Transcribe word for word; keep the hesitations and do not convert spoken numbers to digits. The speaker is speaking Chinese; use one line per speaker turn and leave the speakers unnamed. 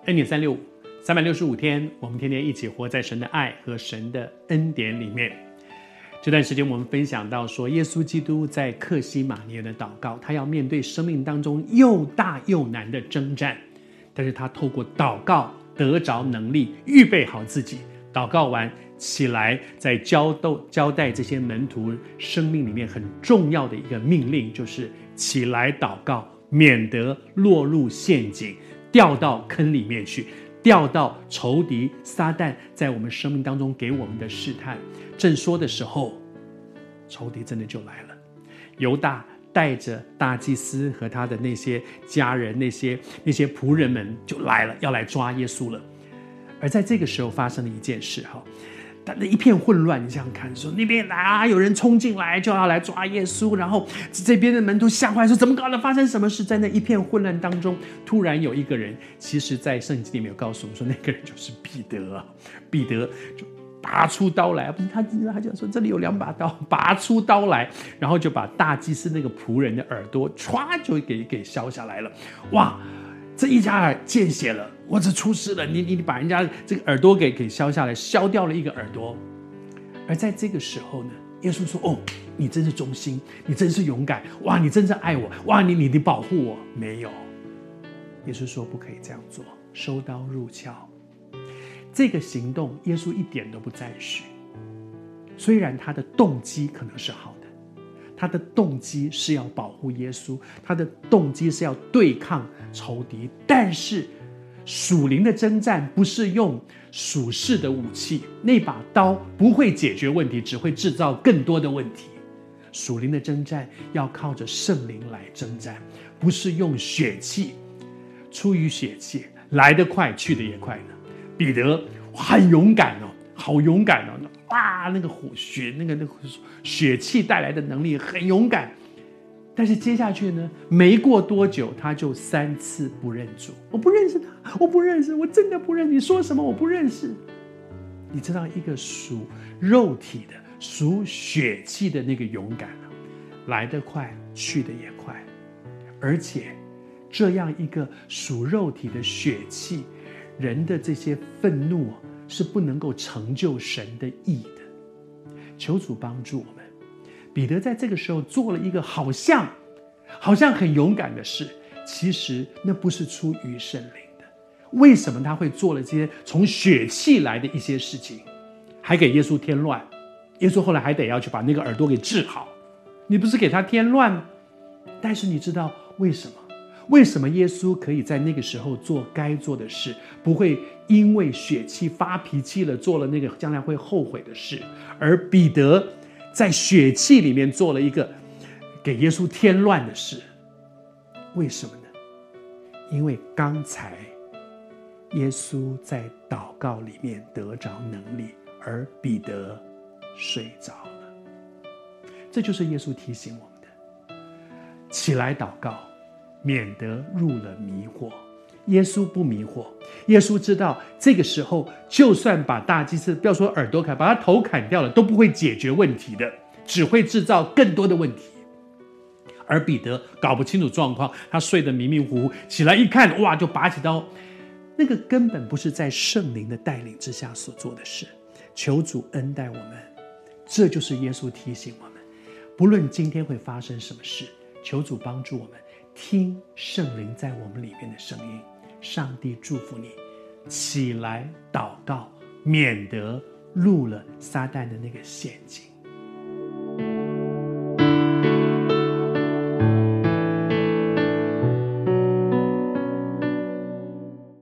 恩典三六五，三百六十五天，我们天天一起活在神的爱和神的恩典里面。这段时间我们分享到说，耶稣基督在客西马尼园的祷告，他要面对生命当中又大又难的征战，但是他透过祷告得着能力，预备好自己。祷告完起来，在交交代这些门徒生命里面很重要的一个命令，就是起来祷告，免得落入陷阱，掉到坑里面去，掉到仇敌撒旦在我们生命当中给我们的试探。正说的时候，仇敌真的就来了。犹大带着大祭司和他的那些家人，那些那些仆人们就来了，要来抓耶稣了。而在这个时候发生了一件事哈，但一片混乱。你想想看，说那边啊有人冲进来就要来抓耶稣，然后这边的门徒吓坏，说怎么搞的？发生什么事？在那一片混乱当中，突然有一个人，其实在圣经里面有告诉我们说，那个人就是彼得啊。彼得就拔出刀来，不是他，他就说这里有两把刀，拔出刀来，然后就把大祭司那个仆人的耳朵歘就给给削下来了。哇！这一家耳见血了，我这出事了！你你把人家这个耳朵给给削下来，削掉了一个耳朵。而在这个时候呢，耶稣说：“哦，你真是忠心，你真是勇敢，哇，你真是爱我，哇，你你你保护我。”没有，耶稣说不可以这样做，收刀入鞘。这个行动，耶稣一点都不赞许。虽然他的动机可能是好的。他的动机是要保护耶稣，他的动机是要对抗仇敌，但是属灵的征战不是用属世的武器，那把刀不会解决问题，只会制造更多的问题。属灵的征战要靠着圣灵来征战，不是用血气，出于血气，来得快去得也快呢。彼得很勇敢哦，好勇敢哦，哇，那个火血，那个那个血气带来的能力很勇敢，但是接下去呢，没过多久，他就三次不认主。我不认识他，我不认识，我真的不认识。你说什么？我不认识。你知道，一个属肉体的、属血气的那个勇敢啊，来得快，去得也快，而且这样一个属肉体的血气，人的这些愤怒啊，是不能够成就神的义的。求主帮助我们。彼得在这个时候做了一个好像好像很勇敢的事，其实那不是出于圣灵的。为什么他会做了这些从血气来的一些事情，还给耶稣添乱？耶稣后来还得要去把那个耳朵给治好，你不是给他添乱吗？但是你知道为什么？为什么耶稣可以在那个时候做该做的事，不会因为血气发脾气了，做了那个将来会后悔的事？而彼得在血气里面做了一个给耶稣添乱的事，为什么呢？因为刚才耶稣在祷告里面得着能力，而彼得睡着了。这就是耶稣提醒我们的：起来祷告，免得入了迷惑。耶稣不迷惑，耶稣知道这个时候就算把大祭司不要说耳朵砍，把他头砍掉了，都不会解决问题的，只会制造更多的问题。而彼得搞不清楚状况，他睡得迷迷糊糊，起来一看，哇，就拔起刀。那个根本不是在圣灵的带领之下所做的事。求主恩待我们，这就是耶稣提醒我们，不论今天会发生什么事，求主帮助我们听圣灵在我们里面的声音。上帝祝福你，起来祷告，免得入了撒旦的那个陷阱。